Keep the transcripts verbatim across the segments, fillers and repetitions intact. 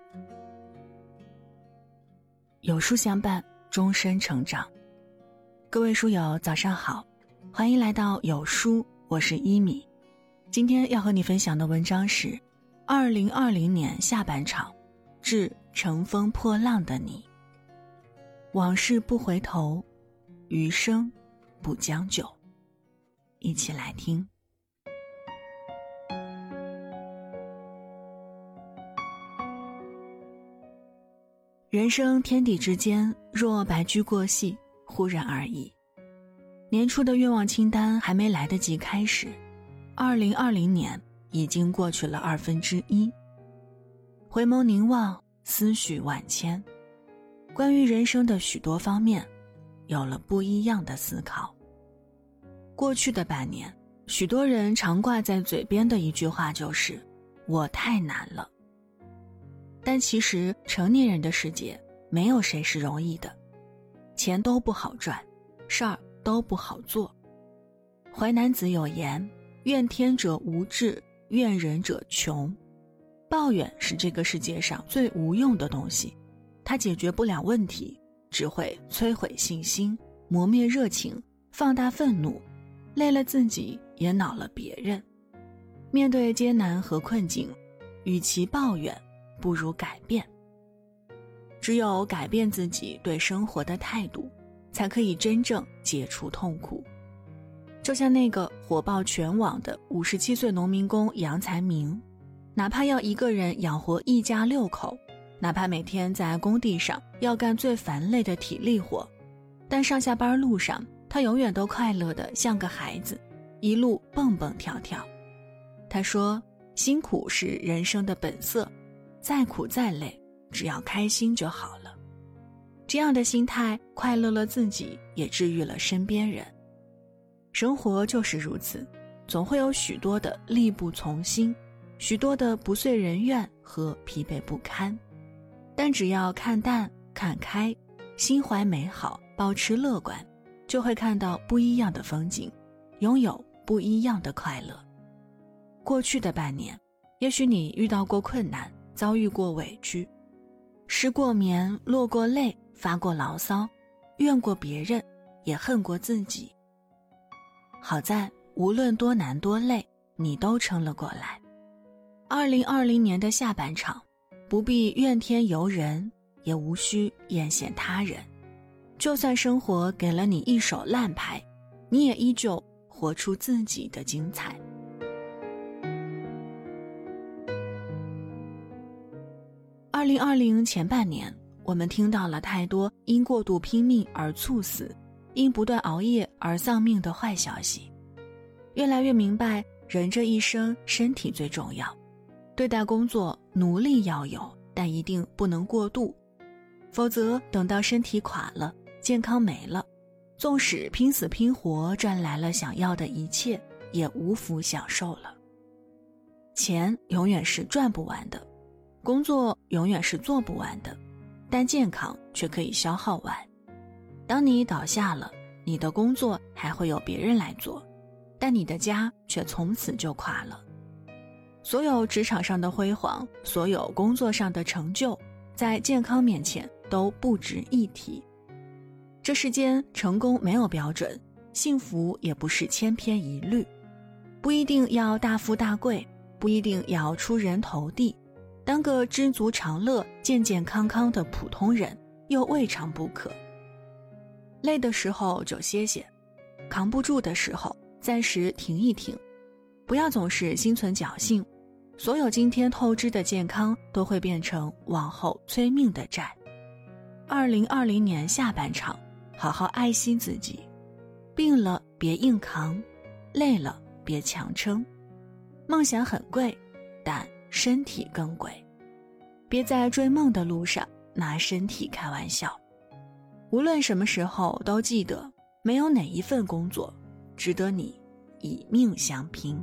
有书相伴，终身成长。各位书友早上好，欢迎来到有书，我是一米。今天要和你分享的文章是二零二零年下半场致乘风破浪的你。往事不回头，余生不将就。一起来听。人生天地之间，若白驹过隙，忽然而已。年初的愿望清单还没来得及开始，二零二零年已经过去了二分之一。回眸凝望，思绪万千，关于人生的许多方面，有了不一样的思考。过去的半年，许多人常挂在嘴边的一句话就是“我太难了”。但其实成年人的世界没有谁是容易的，钱都不好赚，事儿都不好做。淮南子有言，怨天者无志，怨人者穷。抱怨是这个世界上最无用的东西，它解决不了问题，只会摧毁信心，磨灭热情，放大愤怒，累了自己也恼了别人。面对艰难和困境，与其抱怨，不如改变。只有改变自己对生活的态度，才可以真正解除痛苦。就像那个火爆全网的五十七岁农民工杨才明，哪怕要一个人养活一家六口，哪怕每天在工地上要干最烦累的体力活，但上下班路上他永远都快乐得像个孩子，一路蹦蹦跳跳。他说，辛苦是人生的本色，再苦再累，只要开心就好了。这样的心态快乐了自己，也治愈了身边人。生活就是如此，总会有许多的力不从心，许多的不遂人愿和疲惫不堪。但只要看淡看开，心怀美好，保持乐观，就会看到不一样的风景，拥有不一样的快乐。过去的半年，也许你遇到过困难，遭遇过委屈，失过眠，落过泪，发过牢骚，怨过别人，也恨过自己。好在无论多难多累，你都撑了过来。二零二零年的下半场，不必怨天尤人，也无需艳羡他人。就算生活给了你一手烂牌，你也依旧活出自己的精彩。二零二零前半年，我们听到了太多因过度拼命而猝死，因不断熬夜而丧命的坏消息。越来越明白，人这一生身体最重要。对待工作，努力要有，但一定不能过度，否则等到身体垮了，健康没了，纵使拼死拼活赚来了想要的一切，也无福享受了。钱永远是赚不完的，工作永远是做不完的，但健康却可以消耗完。当你倒下了，你的工作还会有别人来做，但你的家却从此就垮了。所有职场上的辉煌，所有工作上的成就，在健康面前都不值一提。这世间成功没有标准，幸福也不是千篇一律，不一定要大富大贵，不一定要出人头地，当个知足常乐、健健康康的普通人又未尝不可。累的时候就歇歇，扛不住的时候暂时停一停，不要总是心存侥幸，所有今天透支的健康都会变成往后催命的债。二零二零年下半场，好好爱惜自己，病了别硬扛，累了别强撑。梦想很贵，但身体更贵，别在追梦的路上拿身体开玩笑。无论什么时候都记得，没有哪一份工作值得你以命相拼。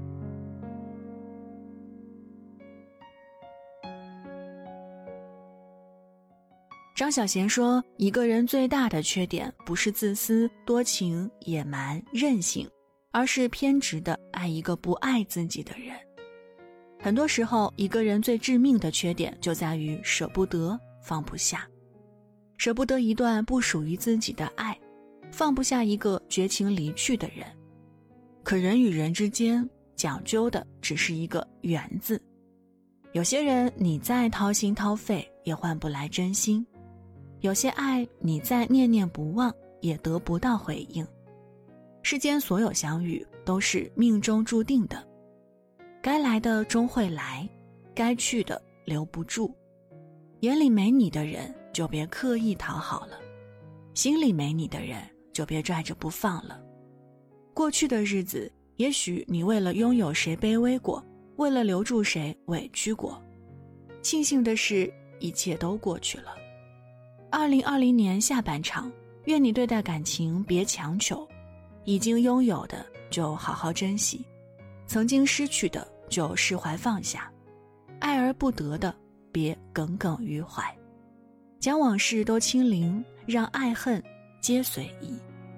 张小娴说，一个人最大的缺点不是自私、多情、野蛮、任性，而是偏执的爱一个不爱自己的人。 很多时候，一个人最致命的缺点就在于舍不得，放不下。舍不得一段不属于自己的爱，放不下一个绝情离去的人。可人与人之间讲究的只是一个缘字。有些人你再掏心掏肺也换不来真心，有些爱你再念念不忘也得不到回应。世间所有相遇都是命中注定的，该来的终会来，该去的留不住。眼里没你的人就别刻意讨好了，心里没你的人就别拽着不放了。过去的日子，也许你为了拥有谁卑微过，为了留住谁委屈过。庆幸的是，一切都过去了。二零二零年下半场，愿你对待感情别强求，已经拥有的就好好珍惜，曾经失去的就释怀放下，爱而不得的别耿耿于怀，将往事都清零，让爱恨皆随意。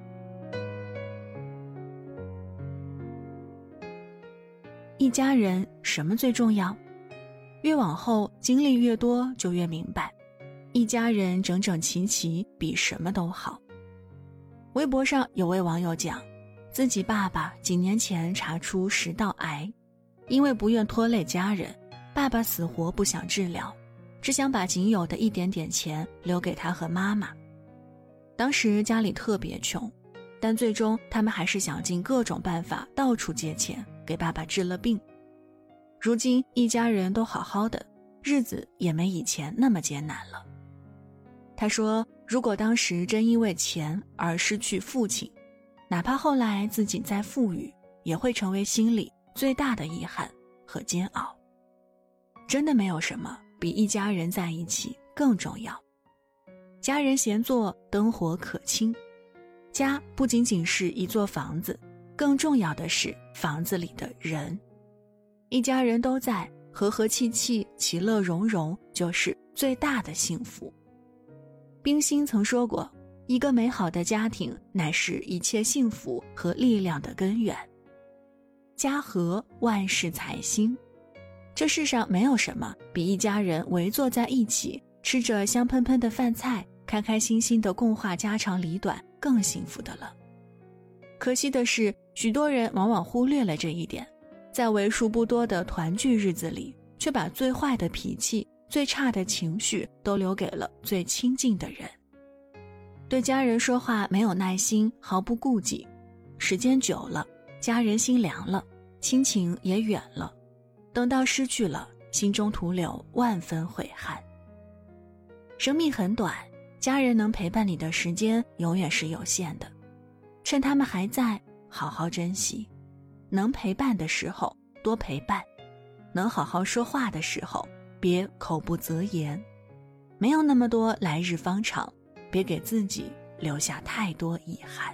一家人什么最重要？越往后经历越多，就越明白，一家人整整齐齐比什么都好。微博上有位网友讲，自己爸爸几年前查出食道癌，因为不愿拖累家人，爸爸死活不想治疗，只想把仅有的一点点钱留给他和妈妈。当时家里特别穷，但最终他们还是想尽各种办法到处借钱给爸爸治了病。如今一家人都好好的，日子也没以前那么艰难了。他说，如果当时真因为钱而失去父亲，哪怕后来自己再富裕，也会成为心里最大的遗憾和煎熬。真的没有什么比一家人在一起更重要。家人闲坐，灯火可亲。家不仅仅是一座房子，更重要的是房子里的人。一家人都在，和和气气，其乐融融，就是最大的幸福。冰心曾说过，一个美好的家庭乃是一切幸福和力量的根源。家和万事才兴。这世上没有什么比一家人围坐在一起，吃着香喷喷的饭菜，开开心心地共话家长里短更幸福的了。可惜的是，许多人往往忽略了这一点，在为数不多的团聚日子里，却把最坏的脾气、最差的情绪都留给了最亲近的人。对家人说话没有耐心，毫不顾忌，时间久了，家人心凉了，亲情也远了，等到失去了，心中徒留万分悔恨。生命很短，家人能陪伴你的时间永远是有限的，趁他们还在，好好珍惜。能陪伴的时候多陪伴，能好好说话的时候别口不择言。没有那么多来日方长，别给自己留下太多遗憾。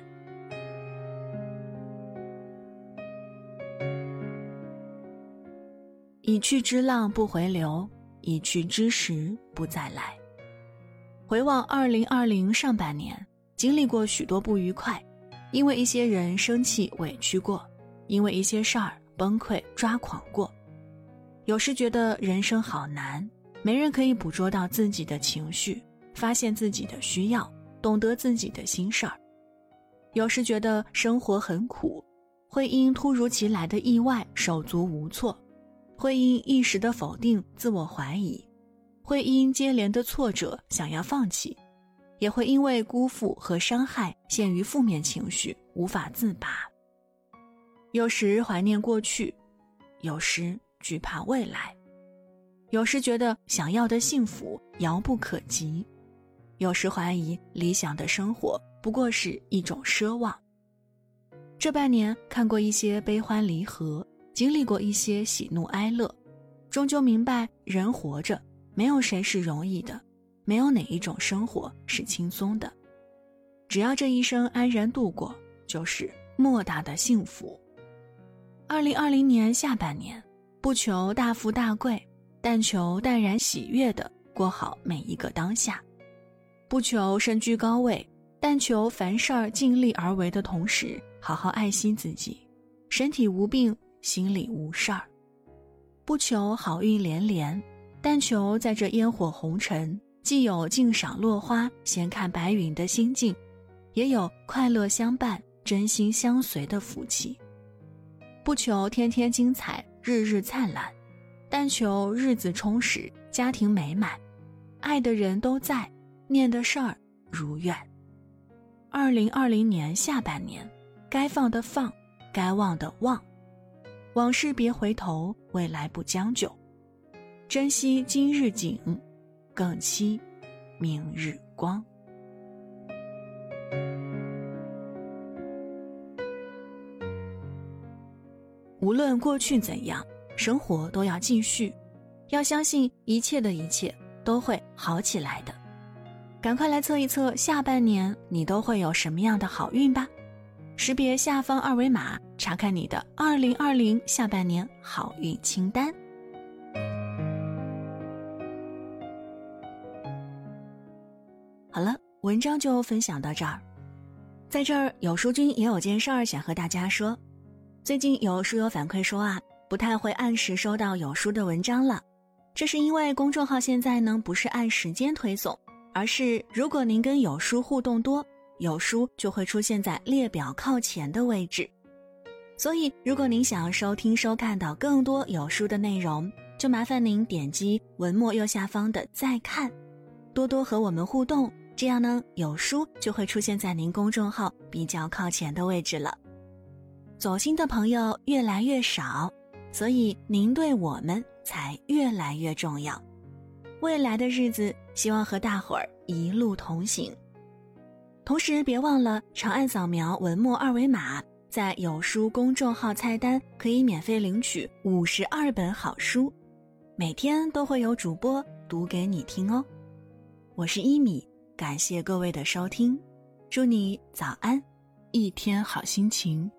已去之浪不回流，已去之时不再来。回望二零二零上半年，经历过许多不愉快，因为一些人生气委屈过，因为一些事儿崩溃抓狂过。有时觉得人生好难，没人可以捕捉到自己的情绪，发现自己的需要，懂得自己的心事儿。有时觉得生活很苦，会因突如其来的意外手足无措，会因一时的否定自我怀疑，会因接连的挫折想要放弃，也会因为辜负和伤害陷于负面情绪无法自拔。有时怀念过去，有时惧怕未来，有时觉得想要的幸福遥不可及，有时怀疑理想的生活不过是一种奢望。这半年看过一些悲欢离合，经历过一些喜怒哀乐，终究明白人活着没有谁是容易的，没有哪一种生活是轻松的。只要这一生安然度过，就是莫大的幸福。二零二零年下半年，不求大富大贵，但求淡然喜悦地过好每一个当下。不求身居高位，但求凡事儿尽力而为的同时，好好爱惜自己，身体无病，心里无事儿。 不求好运连连，但求在这烟火红尘，既有静赏落花、闲看白云的心境，也有快乐相伴、真心相随的福气。不求天天精彩、日日灿烂，但求日子充实、家庭美满，爱的人都在，念的事儿如愿。二零二零年下半年，该放的放，该忘的忘，往事别回头，未来不将就，珍惜今日景，更惜明日光。无论过去怎样，生活都要继续，要相信一切的一切都会好起来的。赶快来测一测下半年你都会有什么样的好运吧。识别下方二维码，查看你的二零二零下半年好运清单。好了，文章就分享到这儿。在这儿，有书君也有件事儿想和大家说。最近有书友反馈说啊，不太会按时收到有书的文章了。这是因为公众号现在呢不是按时间推送，而是如果您跟有书互动多，有书就会出现在列表靠前的位置。所以如果您想要收听收看到更多有书的内容，就麻烦您点击文末右下方的再看，多多和我们互动，这样呢有书就会出现在您公众号比较靠前的位置了。走心的朋友越来越少，所以您对我们才越来越重要。未来的日子，希望和大伙儿一路同行。同时别忘了长按扫描文末二维码，在有书公众号菜单可以免费领取五十二本好书，每天都会有主播读给你听哦。我是一米，感谢各位的收听，祝你早安，一天好心情。